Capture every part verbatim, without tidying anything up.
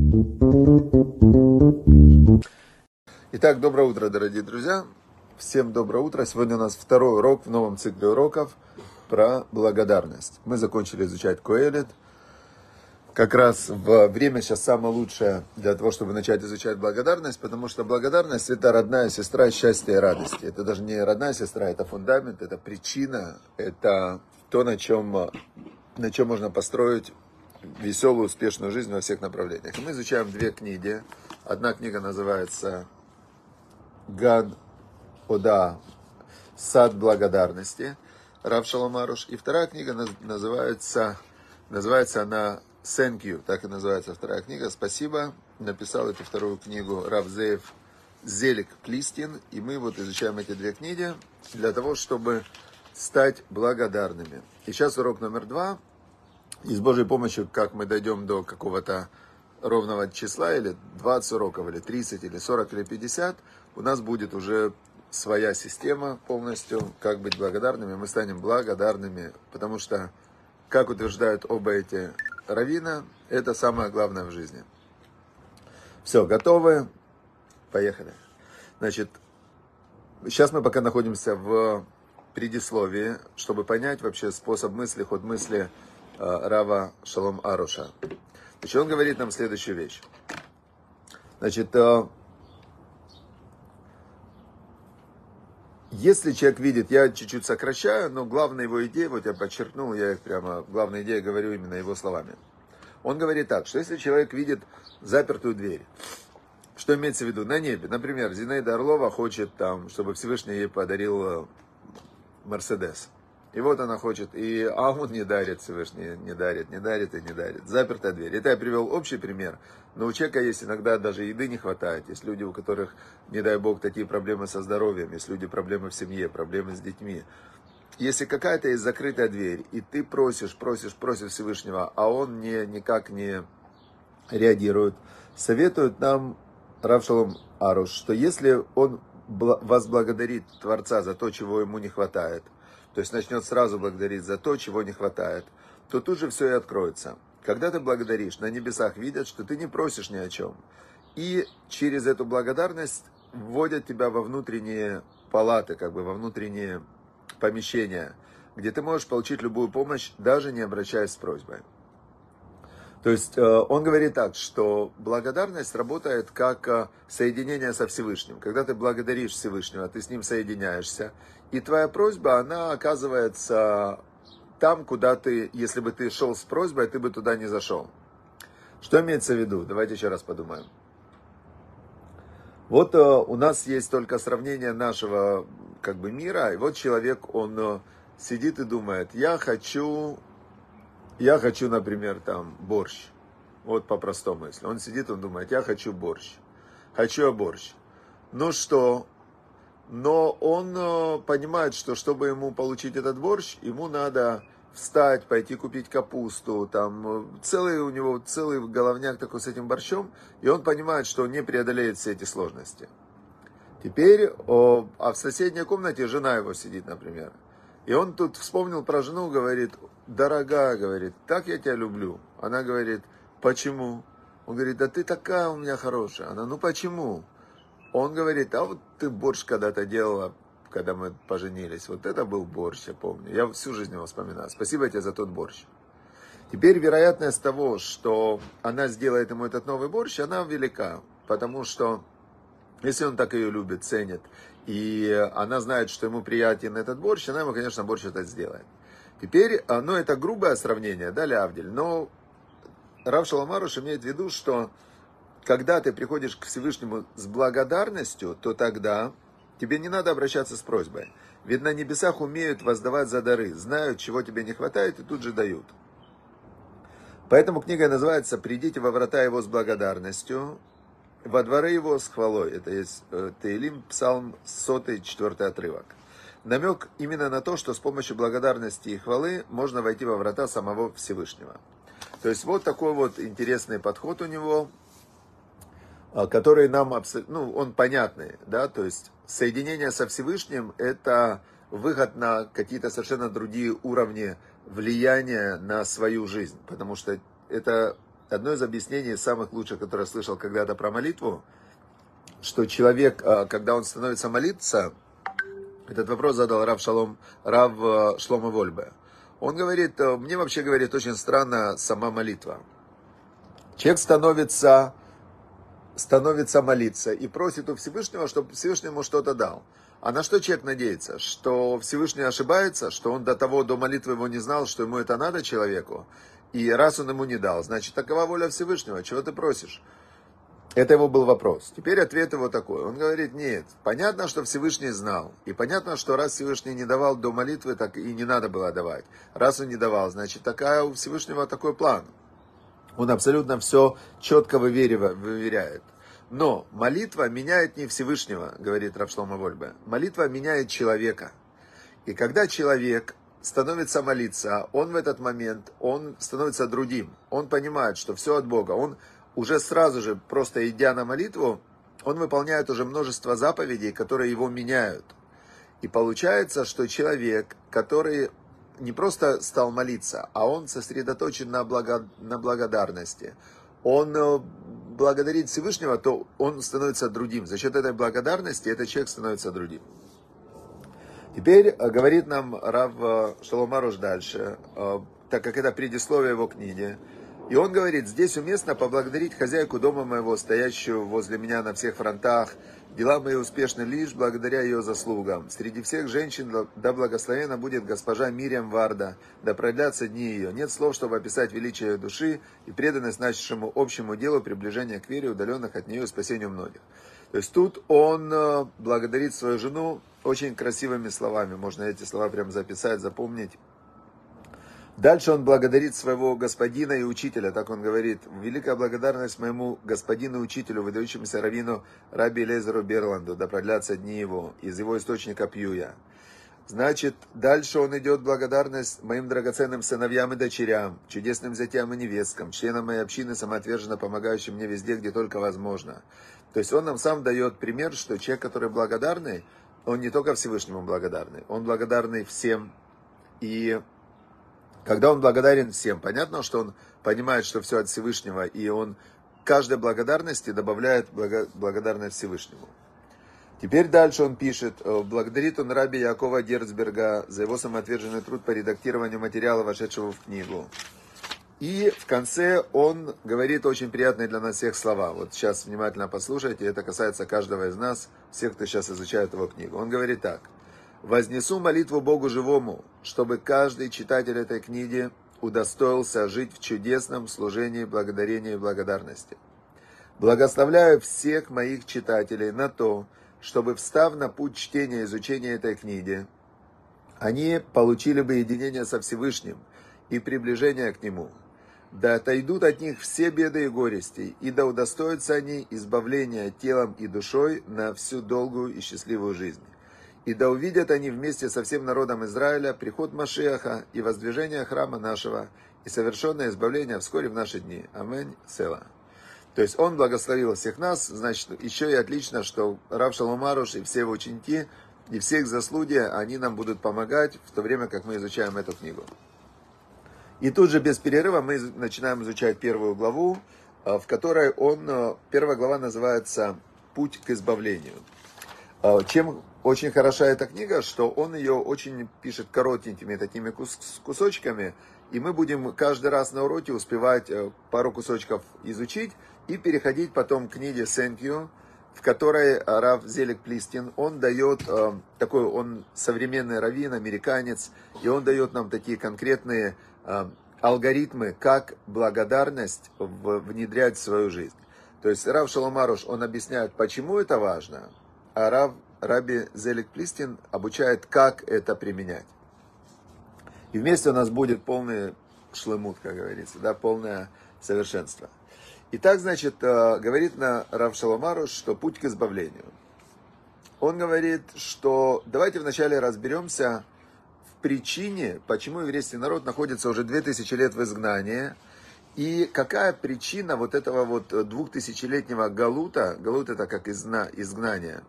Итак, доброе утро, дорогие друзья. Всем доброе утро. Сегодня у нас второй урок в новом цикле уроков про благодарность. Мы закончили изучать Коэлет. Как раз в время сейчас самое лучшее для того, чтобы начать изучать благодарность, потому что благодарность – это родная сестра счастья и радости. Это даже не родная сестра, это фундамент, это причина, это то, на чем, на чем можно построить веселую, успешную жизнь во всех направлениях. И мы изучаем две книги. Одна книга называется «Ган Ода. Сад благодарности» Рав Шолом Аруш. И вторая книга называется, называется она «Thank you», так и называется вторая книга. Спасибо. Написал эту вторую книгу Рав Зеев Зелик Клистин. И мы вот изучаем эти две книги для того, чтобы стать благодарными. И сейчас урок номер два. И с Божьей помощью, как мы дойдем до какого-то ровного числа, или двадцать уроков, или тридцать, или сорок, или пятьдесят, у нас будет уже своя система полностью, как быть благодарными. Мы станем благодарными, потому что, как утверждают оба эти раввина, это самое главное в жизни. Все, готовы? Поехали. Значит, сейчас мы пока находимся в предисловии, чтобы понять вообще способ мысли, ход мысли Рава Шолом Аруша. Значит, он говорит нам следующую вещь. Значит, если человек видит, я чуть-чуть сокращаю, но главная его идея, вот я подчеркнул, я их прямо, главная идея говорю именно его словами. Он говорит так, что если человек видит запертую дверь, что имеется в виду? На небе, например, Зинаида Орлова хочет, там, чтобы Всевышний ей подарил Мерседес. И вот она хочет, и, а он не дарит, Всевышний не дарит, не дарит и не дарит. Запертая дверь. Это я привел общий пример, но у человека есть иногда даже еды не хватает. Есть люди, у которых, не дай Бог, такие проблемы со здоровьем, есть люди, проблемы в семье, проблемы с детьми. Если какая-то есть закрытая дверь, и ты просишь, просишь, просишь Всевышнего, а он не, никак не реагирует, советует нам Рав Шолом Аруш, что если он возблагодарит Творца за то, чего ему не хватает, то есть начнет сразу благодарить за то, чего не хватает, то тут же все и откроется. Когда ты благодаришь, на небесах видят, что ты не просишь ни о чем. И через эту благодарность вводят тебя во внутренние палаты, как бы во внутренние помещения, где ты можешь получить любую помощь, даже не обращаясь с просьбой. То есть он говорит так, что благодарность работает как соединение со Всевышним. Когда ты благодаришь Всевышнего, ты с ним соединяешься, и твоя просьба, она оказывается там, куда ты, если бы ты шел с просьбой, ты бы туда не зашел. Что имеется в виду? Давайте еще раз подумаем. Вот у нас есть только сравнение нашего как бы мира, и вот человек, он сидит и думает, я хочу... Я хочу, например, там, борщ. Вот по-простому, если он сидит, он думает, я хочу борщ. Хочу борщ. Ну что? Но он понимает, что чтобы ему получить этот борщ, ему надо встать, пойти купить капусту. Там целый у него, целый головняк такой с этим борщом. И он понимает, что он не преодолеет все эти сложности. Теперь, о, а в соседней комнате жена его сидит, например. И он тут вспомнил про жену, говорит, дорогая, говорит, так я тебя люблю. Она говорит, почему? Он говорит, да ты такая у меня хорошая. Она, ну почему? Он говорит, а вот ты борщ когда-то делала, когда мы поженились. Вот это был борщ, я помню. Я всю жизнь его вспоминаю. Спасибо тебе за тот борщ. Теперь вероятность того, что она сделает ему этот новый борщ, она велика. Потому что, если он так ее любит, ценит, и она знает, что ему приятен этот борщ, она ему, конечно, борщ этот сделает. Теперь, ну, это грубое сравнение, да, лявдиль, но Рав Шолом Аруш имеет в виду, что когда ты приходишь к Всевышнему с благодарностью, то тогда тебе не надо обращаться с просьбой. Ведь на небесах умеют воздавать за дары, знают, чего тебе не хватает, и тут же дают. Поэтому книга называется «Придите во врата его с благодарностью, во дворы его с хвалой». Это есть Теилим, Псалм сотый, четвертый отрывок. Намек именно на то, что с помощью благодарности и хвалы можно войти во врата самого Всевышнего. То есть вот такой вот интересный подход у него, который нам абсолютно, ну, он понятный, да, то есть соединение со Всевышним – это выход на какие-то совершенно другие уровни влияния на свою жизнь, потому что это одно из объяснений самых лучших, которое я слышал когда-то про молитву, что человек, когда он становится молиться, этот вопрос задал Рав Шалом, Рав Шломо Вольбе. Он говорит, мне вообще говорит, очень странно сама молитва. Человек становится, становится молиться и просит у Всевышнего, чтобы Всевышний ему что-то дал. А на что человек надеется? Что Всевышний ошибается, что он до того, до молитвы его не знал, что ему это надо человеку, и раз он ему не дал, значит, такова воля Всевышнего, чего ты просишь? Это его был вопрос. Теперь ответ его такой. Он говорит, нет, понятно, что Всевышний знал. И понятно, что раз Всевышний не давал до молитвы, так и не надо было давать. Раз он не давал, значит, такая у Всевышнего такой план. Он абсолютно все четко выверяет. Но молитва меняет не Всевышнего, говорит Рав Шломо Вольбе. Молитва меняет человека. И когда человек становится молиться, он в этот момент, он становится другим. Он понимает, что все от Бога. Он уже сразу же, просто идя на молитву, он выполняет уже множество заповедей, которые его меняют. И получается, что человек, который не просто стал молиться, а он сосредоточен на, благо, на благодарности, он благодарит Всевышнего, то он становится другим. За счет этой благодарности этот человек становится другим. Теперь говорит нам Рав Шолом Аруш дальше, так как это предисловие его книги. И он говорит, здесь уместно поблагодарить хозяйку дома моего, стоящую возле меня на всех фронтах. Дела мои успешны лишь благодаря ее заслугам. Среди всех женщин, да благословена будет госпожа Мириам Варда, да продлятся дни ее. Нет слов, чтобы описать величие ее души и преданность нашему общему делу, приближение к вере, удаленных от нее и спасению многих. То есть тут он благодарит свою жену очень красивыми словами. Можно эти слова прям записать, запомнить. Дальше он благодарит своего господина и учителя, так он говорит, великая благодарность моему господину и учителю, выдающемуся раввину Раби Элиэзеру Берланду, да продлятся дни его, из его источника пью я. Значит, дальше он идет благодарность моим драгоценным сыновьям и дочерям, чудесным зятям и невесткам, членам моей общины, самоотверженно помогающим мне везде, где только возможно. То есть он нам сам дает пример, что человек, который благодарный, он не только Всевышнему благодарный, он благодарный всем. И когда он благодарен всем, понятно, что он понимает, что все от Всевышнего, и он каждой благодарности добавляет благодарность Всевышнему. Теперь дальше он пишет, благодарит он раби Якова Дерцберга за его самоотверженный труд по редактированию материала, вошедшего в книгу. И в конце он говорит очень приятные для нас всех слова. Вот сейчас внимательно послушайте, это касается каждого из нас, всех, кто сейчас изучает его книгу. Он говорит так. «Вознесу молитву Богу живому, чтобы каждый читатель этой книги удостоился жить в чудесном служении благодарения и благодарности. Благословляю всех моих читателей на то, чтобы, встав на путь чтения и изучения этой книги, они получили бы единение со Всевышним и приближение к Нему. Да отойдут от них все беды и горести, и да удостоятся они избавления телом и душой на всю долгую и счастливую жизнь. И да увидят они вместе со всем народом Израиля приход Машиаха и воздвижение храма нашего, и совершенное избавление вскоре в наши дни. Аминь. Села». То есть он благословил всех нас, значит, еще и отлично, что Рав Шолом Аруш и все его ученики, и все их заслуги, они нам будут помогать, в то время как мы изучаем эту книгу. И тут же без перерыва мы начинаем изучать первую главу, в которой он, первая глава называется «Путь к избавлению». Чем очень хороша эта книга, что он ее очень пишет коротенькими такими кус- кусочками, и мы будем каждый раз на уроке успевать пару кусочков изучить и переходить потом к книге «Thank you», в которой Рав Зелик Плистин, он дает э, такой, он современный раввин, американец, и он дает нам такие конкретные э, алгоритмы, как благодарность в, внедрять в свою жизнь. То есть Рав Шолом Аруш, он объясняет, почему это важно, а Рав Раби Зелик Плистин обучает, как это применять. И вместе у нас будет полный шлемут, как говорится, да, полное совершенство. Итак, значит, говорит на Рав Шолом Аруш, что путь к избавлению. Он говорит, что давайте вначале разберемся в причине, почему еврейский народ находится уже две тысячи лет в изгнании, и какая причина вот этого вот двухтысячелетнего галута, галут это как изгнание.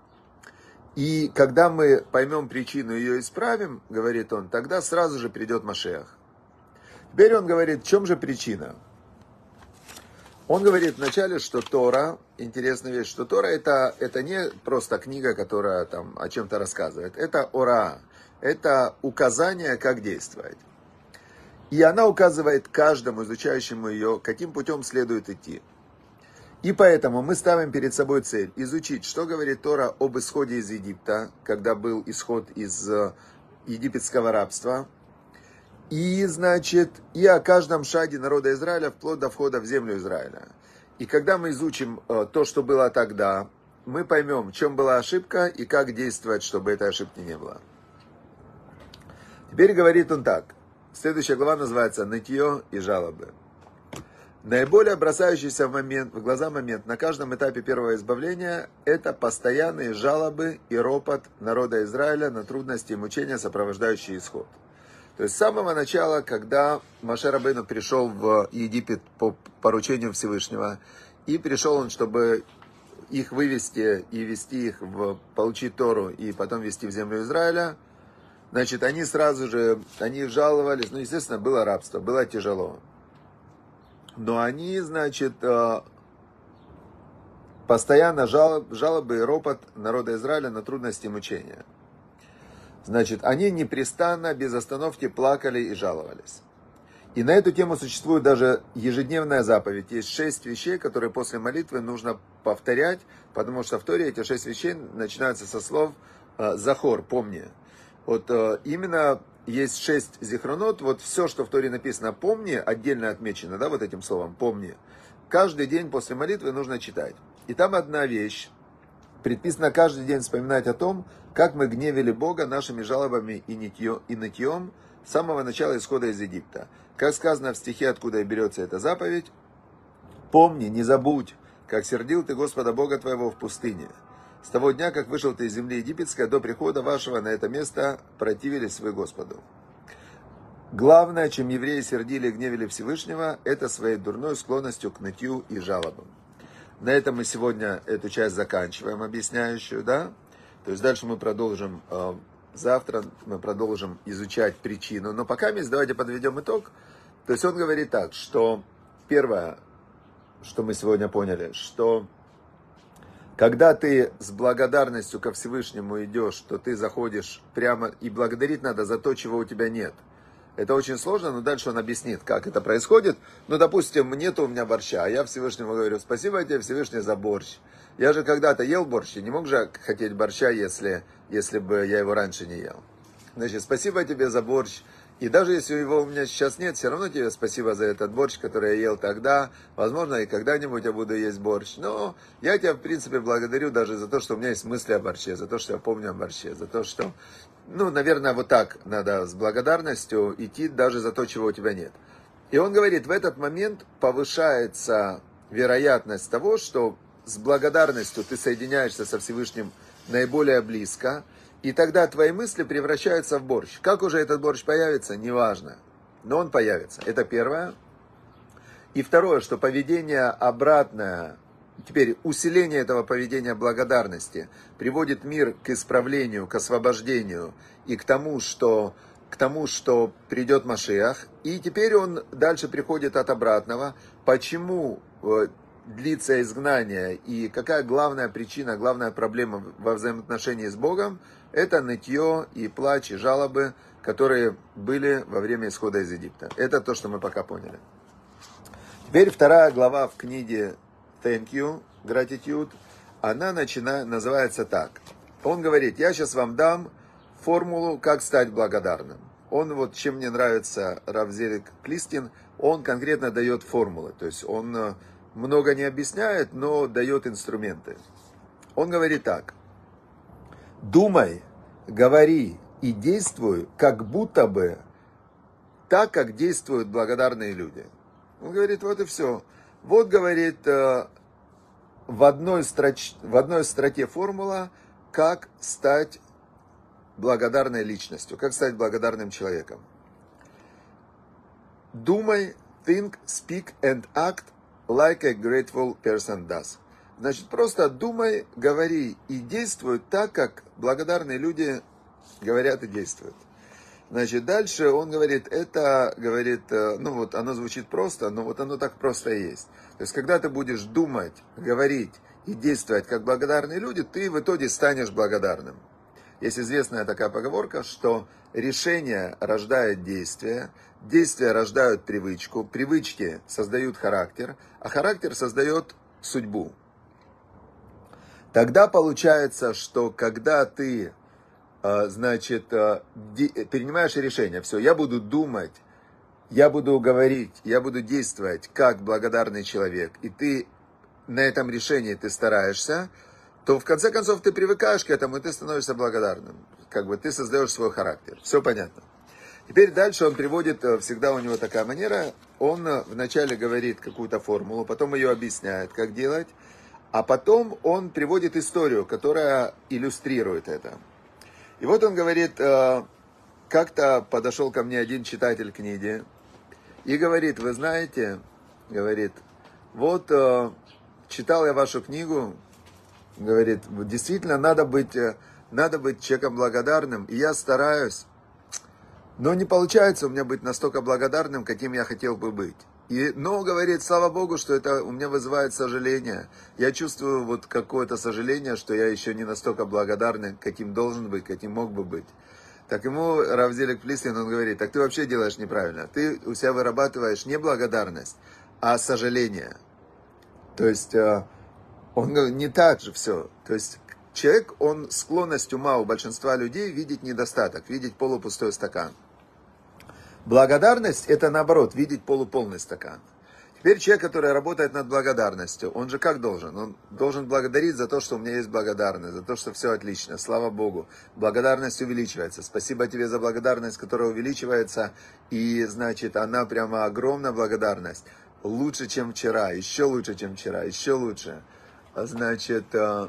И когда мы поймем причину и ее исправим, говорит он, тогда сразу же придет Машиах. Теперь он говорит, в чем же причина? Он говорит вначале, что Тора, интересная вещь, что Тора это, это не просто книга, которая там о чем-то рассказывает. Это ора, это указание, как действовать. И она указывает каждому изучающему ее, каким путем следует идти. И поэтому мы ставим перед собой цель изучить, что говорит Тора об исходе из Египта, когда был исход из египетского рабства. И, значит, и о каждом шаге народа Израиля вплоть до входа в землю Израиля. И когда мы изучим то, что было тогда, мы поймем, в чем была ошибка и как действовать, чтобы этой ошибки не было. Теперь говорит он так. Следующая глава называется «Нытье и жалобы». Наиболее бросающийся в, момент, в глаза момент на каждом этапе первого избавления – это постоянные жалобы и ропот народа Израиля на трудности и мучения, сопровождающие исход. То есть с самого начала, когда Моше Рабейну пришел в Египет по поручению Всевышнего, и пришел он, чтобы их вывести и вести их, в, получить Тору и потом вести в землю Израиля, значит, они сразу же, они жаловались, ну, естественно, было рабство, было тяжело. Но они, значит, постоянно жалоб, жалобы и ропот народа Израиля на трудности и мучения. Значит, они непрестанно, без остановки плакали и жаловались. И на эту тему существует даже ежедневная заповедь. Есть шесть вещей, которые после молитвы нужно повторять, потому что в Торе эти шесть вещей начинаются со слов «захор», «помни». Вот именно есть шесть зихронот, вот все, что в Торе написано «помни», отдельно отмечено, да, вот этим словом «помни». Каждый день после молитвы нужно читать. И там одна вещь. Предписано каждый день вспоминать о том, как мы гневили Бога нашими жалобами и нытьем, и нытьем с самого начала исхода из Египта. Как сказано в стихе, откуда и берется эта заповедь: «Помни, не забудь, как сердил ты Господа Бога твоего в пустыне. С того дня, как вышел ты из земли египетской, до прихода вашего на это место противились вы Господу». Главное, чем евреи сердили и гневили Всевышнего, это своей дурной склонностью к нытью и жалобам. На этом мы сегодня эту часть заканчиваем, объясняющую, да? То есть дальше мы продолжим, э, завтра мы продолжим изучать причину. Но пока мы давайте подведем итог. То есть он говорит так, что первое, что мы сегодня поняли, что когда ты с благодарностью ко Всевышнему идешь, то ты заходишь прямо, и благодарить надо за то, чего у тебя нет. Это очень сложно, но дальше он объяснит, как это происходит. Ну, допустим, нет у меня борща, а я Всевышнему говорю: спасибо тебе, Всевышний, за борщ. Я же когда-то ел борщ, и не мог же хотеть борща, если, если бы я его раньше не ел. Значит, спасибо тебе за борщ. И даже если его у меня сейчас нет, все равно тебе спасибо за этот борщ, который я ел тогда. Возможно, и когда-нибудь я буду есть борщ. Но я тебя, в принципе, благодарю даже за то, что у меня есть мысли о борще, за то, что я помню о борще, за то, что... Ну, наверное, вот так надо с благодарностью идти даже за то, чего у тебя нет. И он говорит, в этот момент повышается вероятность того, что с благодарностью ты соединяешься со Всевышним наиболее близко, и тогда твои мысли превращаются в борщ. Как уже этот борщ появится, неважно, но он появится. Это первое. И второе, что поведение обратное, теперь усиление этого поведения благодарности приводит мир к исправлению, к освобождению и к тому, что, к тому, что придет Машиах. И теперь он дальше приходит от обратного. Почему длится изгнание и какая главная причина, главная проблема во взаимоотношении с Богом? Это нытье и плач, и жалобы, которые были во время исхода из Египта. Это то, что мы пока поняли. Теперь вторая глава в книге Thank you, Gratitude, она начинает, называется так. Он говорит, я сейчас вам дам формулу, как стать благодарным. Он, вот чем мне нравится Рав Зевик Плискин, он конкретно дает формулы. То есть он много не объясняет, но дает инструменты. Он говорит так. Думай, говори и действуй, как будто бы так, как действуют благодарные люди. Он говорит, вот и все. Вот, говорит, в одной, строч... в одной строке формула, как стать благодарной личностью, как стать благодарным человеком. Думай, think, speak and act like a grateful person does. Значит, просто думай, говори и действуй так, как благодарные люди говорят и действуют. Значит, дальше он говорит, это, говорит, ну вот оно звучит просто, но вот оно так просто и есть. То есть, когда ты будешь думать, говорить и действовать как благодарные люди, ты в итоге станешь благодарным. Есть известная такая поговорка, что решение рождает действие, действия рождают привычку, привычки создают характер, а характер создает судьбу. Тогда получается, что когда ты, значит, принимаешь решение, все, я буду думать, я буду говорить, я буду действовать как благодарный человек, и ты на этом решении ты стараешься, то в конце концов ты привыкаешь к этому, и ты становишься благодарным. Как бы ты создаешь свой характер. Все понятно. Теперь дальше он приводит, всегда у него такая манера, он вначале говорит какую-то формулу, потом ее объясняет, как делать, а потом он приводит историю, которая иллюстрирует это. И вот он говорит, как-то подошел ко мне один читатель книги и говорит, вы знаете, говорит, вот читал я вашу книгу, говорит, действительно надо быть, надо быть человеком благодарным, и я стараюсь, но не получается у меня быть настолько благодарным, каким я хотел бы быть. И, но, говорит, слава Богу, что это у меня вызывает сожаление. Я чувствую вот какое-то сожаление, что я еще не настолько благодарный, каким должен быть, каким мог бы быть. Так ему Рав Зелек Плистин, он говорит, так ты вообще делаешь неправильно. Ты у себя вырабатываешь не благодарность, а сожаление. То есть, он говорит, не так же все. То есть, человек, он склонность ума у большинства людей видеть недостаток, видеть полупустой стакан. Благодарность – это, наоборот, видеть полуполный стакан. Теперь человек, который работает над благодарностью, он же как должен? Он должен благодарить за то, что у меня есть благодарность, за то, что все отлично, слава Богу. Благодарность увеличивается. Спасибо тебе за благодарность, которая увеличивается, и, значит, она прямо огромная благодарность. Лучше, чем вчера, еще лучше, чем вчера, еще лучше. Значит,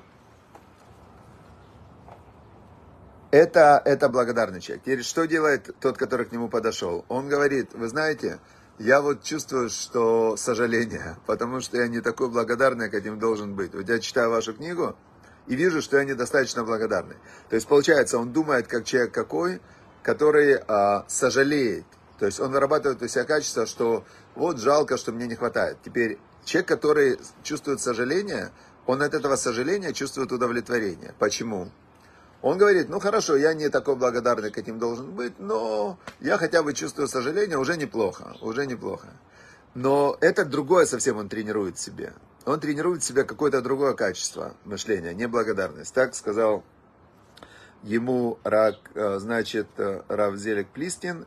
Это, это благодарный человек. Теперь, что делает тот, который к нему подошел? Он говорит, вы знаете, я вот чувствую, что сожаление, потому что я не такой благодарный, каким должен быть. Вот я читаю вашу книгу и вижу, что я недостаточно благодарный. То есть, получается, он думает, как человек какой, который а, сожалеет. То есть, он вырабатывает у себя качество, что вот жалко, что мне не хватает. Теперь, человек, который чувствует сожаление, он от этого сожаления чувствует удовлетворение. Почему? Он говорит, ну хорошо, я не такой благодарный, каким должен быть, но я хотя бы чувствую сожаление, уже неплохо, уже неплохо. Но это другое совсем он тренирует в себе. Он тренирует в себе какое-то другое качество мышления, неблагодарность. Так сказал ему, значит, Рав Зелек Плистин.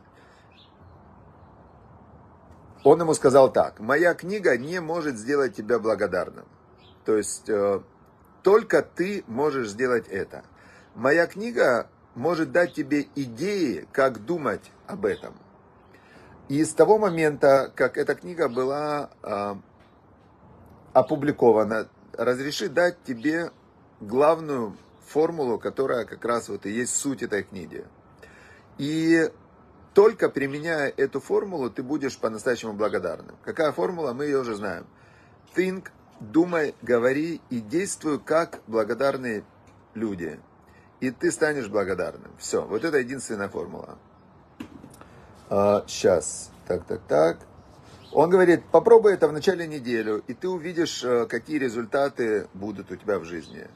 Он ему сказал так, моя книга не может сделать тебя благодарным. То есть, только ты можешь сделать это. Моя книга может дать тебе идеи, как думать об этом. И с того момента, как эта книга была э, опубликована, разреши дать тебе главную формулу, которая как раз вот и есть суть этой книги. И только применяя эту формулу, ты будешь по-настоящему благодарным. Какая формула? Мы ее уже знаем. Think, думай, говори и действуй как благодарные люди. И ты станешь благодарным. Все, вот это единственная формула. А, сейчас, так, так, так. Он говорит, попробуй это в начале недели, и ты увидишь, какие результаты будут у тебя в жизни.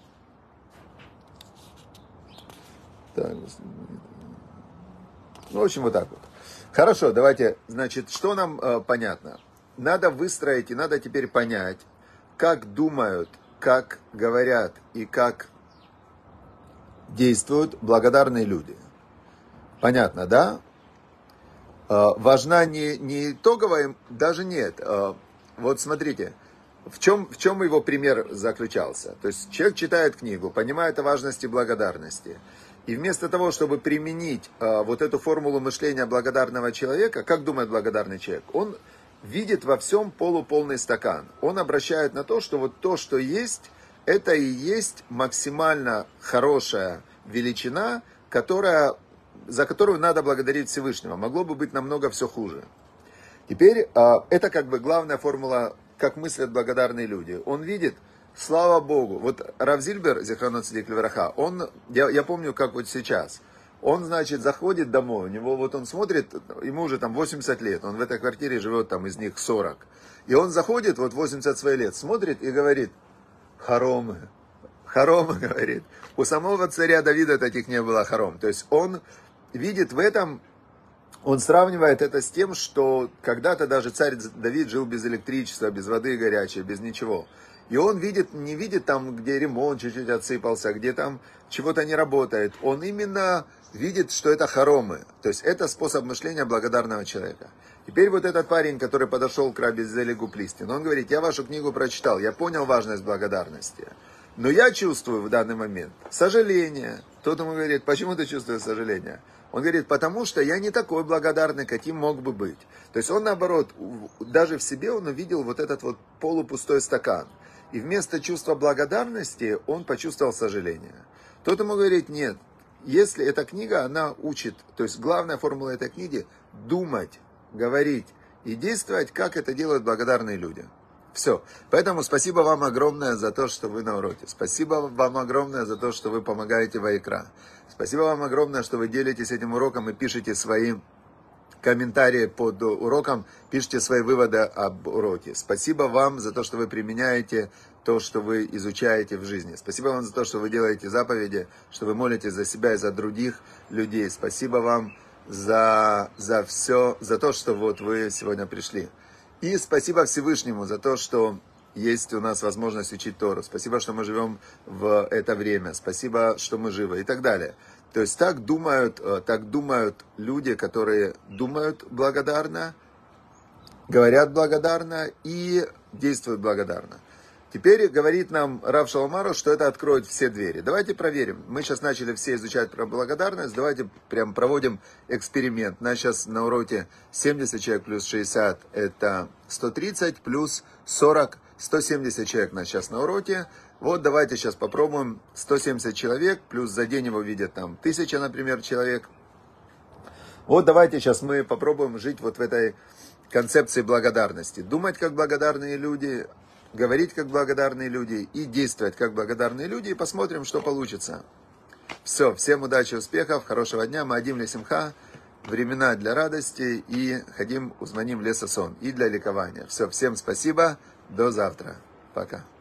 Так. Ну, в общем, вот так вот. Хорошо, давайте, значит, что нам э, понятно? Надо выстроить и надо теперь понять, как думают, как говорят и как действуют благодарные люди. Понятно, да? Э, важна не, не итоговая, даже нет. Э, вот смотрите, в чем, в чем его пример заключался. То есть человек читает книгу, понимает о важности благодарности. И вместо того, чтобы применить э, вот эту формулу мышления благодарного человека, как думает благодарный человек, он видит во всем полуполный стакан. Он обращает на то, что вот то, что есть, это и есть максимально хорошая величина, которая, за которую надо благодарить Всевышнего. Могло бы быть намного все хуже. Теперь э, это как бы главная формула, как мыслят благодарные люди. Он видит, слава Богу, вот Рав Зильбер, Зихронот Цадик Левраха, он, я, я помню, как вот сейчас, Он, значит, заходит домой, у него вот он смотрит, ему уже там восемьдесят лет, он в этой квартире живет, там из них сорок. И он заходит, вот восемьдесят своих лет, смотрит и говорит, хоромы, хоромы, говорит. У самого царя Давида таких не было хором. То есть он видит в этом, он сравнивает это с тем, что когда-то даже царь Давид жил без электричества, без воды горячей, без ничего. И он видит, не видит там, где ремонт чуть-чуть отсыпался, где там чего-то не работает. Он именно видит, что это хоромы. То есть это способ мышления благодарного человека. Теперь вот этот парень, который подошел к Раби Зели Гуплистин, он говорит, я вашу книгу прочитал, я понял важность благодарности. Но я чувствую в данный момент сожаление. Тот ему говорит, почему ты чувствуешь сожаление? Он говорит, потому что я не такой благодарный, каким мог бы быть. То есть он наоборот, даже в себе он увидел вот этот вот полупустой стакан. И вместо чувства благодарности он почувствовал сожаление. Тот ему говорит, нет, если эта книга, она учит, то есть главная формула этой книги, думать, говорить и действовать, как это делают благодарные люди. Все. Поэтому спасибо вам огромное за то, что вы на уроке. Спасибо вам огромное за то, что вы помогаете Вайкра. Спасибо вам огромное, что вы делитесь этим уроком и пишете свои комментарии под уроком, пишите свои выводы об уроке. Спасибо вам за то, что вы применяете то, что вы изучаете в жизни. Спасибо вам за то, что вы делаете заповеди, что вы молитесь за себя и за других людей. Спасибо вам за, за все, за то, что вот вы сегодня пришли. И спасибо Всевышнему за то, что есть у нас возможность учить Тору. Спасибо, что мы живем в это время. Спасибо, что мы живы и так далее. То есть так думают, так думают люди, которые думают благодарно, говорят благодарно и действуют благодарно. Теперь говорит нам Рав Шолом Арух, что это откроет все двери. Давайте проверим. Мы сейчас начали все изучать про благодарность. Давайте прям проводим эксперимент. Нас сейчас на уроке семьдесят человек плюс шестьдесят это сто тридцать, плюс сорок, сто семьдесят человек нас сейчас на уроке. Вот давайте сейчас попробуем сто семьдесят человек, плюс за день его видят там тысяча, например, человек. Вот давайте сейчас мы попробуем жить вот в этой концепции благодарности. Думать как благодарные люди, говорить как благодарные люди и действовать как благодарные люди. И посмотрим, что получится. Все, всем удачи, успехов, хорошего дня. Маадим ле симха, времена для радости и ходим, узманим ле сасон, и для ликования. Все, всем спасибо, до завтра. Пока.